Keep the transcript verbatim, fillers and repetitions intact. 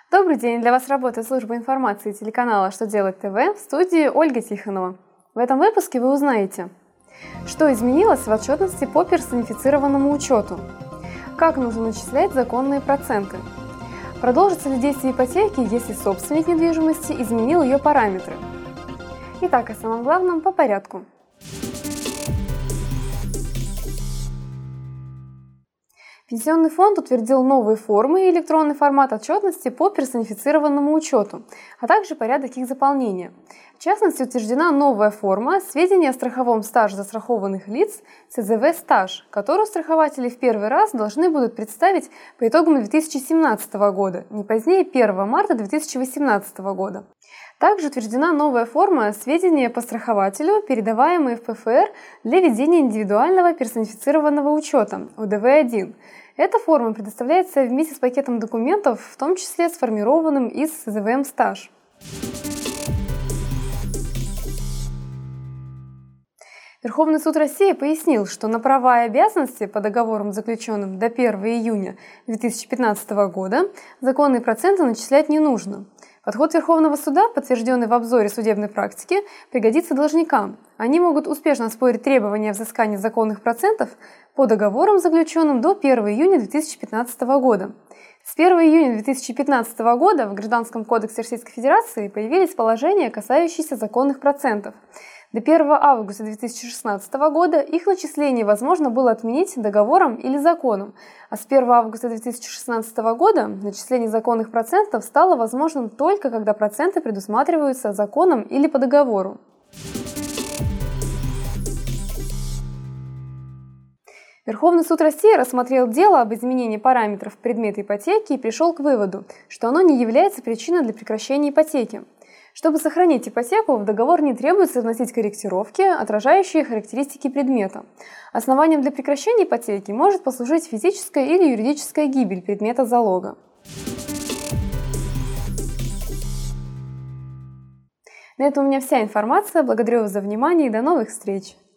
Добрый день! Для вас работает служба информации телеканала «Что делать ТВ», в студии Ольга Тихонова. В этом выпуске вы узнаете, что изменилось в отчетности по персонифицированному учету, как нужно начислять законные проценты, продолжится ли действие ипотеки, если собственник недвижимости изменил ее параметры. Итак, о самом главном по порядку. Пенсионный фонд утвердил новые формы и электронный формат отчетности по персонифицированному учету, а также порядок их заполнения. В частности, утверждена новая форма «Сведения о страховом стаже застрахованных лиц» С З В стаж, которую страхователи в первый раз должны будут представить по итогам две тысячи семнадцатого года, не позднее первого марта две тысячи восемнадцатого года. Также утверждена новая форма «Сведения по страхователю, передаваемые в П Ф Р для ведения индивидуального персонифицированного учета У Д В один». Эта форма предоставляется вместе с пакетом документов, в том числе сформированным из С З В М стаж. Верховный суд России пояснил, что на права и обязанности по договорам, заключенным до первого июня две тысячи пятнадцатого года, законные проценты начислять не нужно. Подход Верховного суда, подтвержденный в обзоре судебной практики, пригодится должникам. Они могут успешно оспорить требования взыскания законных процентов по договорам, заключенным до первого июня две тысячи пятнадцатого года. С первого июня две тысячи пятнадцатого года в Гражданском кодексе Российской Федерации появились положения, касающиеся законных процентов. До первого августа две тысячи шестнадцатого года их начисление возможно было отменить договором или законом, а с первого августа две тысячи шестнадцатого года начисление законных процентов стало возможным только когда проценты предусматриваются законом или по договору. Верховный суд России рассмотрел дело об изменении параметров предмета ипотеки и пришел к выводу, что оно не является причиной для прекращения ипотеки. Чтобы сохранить ипотеку, в договор не требуется вносить корректировки, отражающие характеристики предмета. Основанием для прекращения ипотеки может послужить физическая или юридическая гибель предмета залога. На этом у меня вся информация. Благодарю вас за внимание и до новых встреч!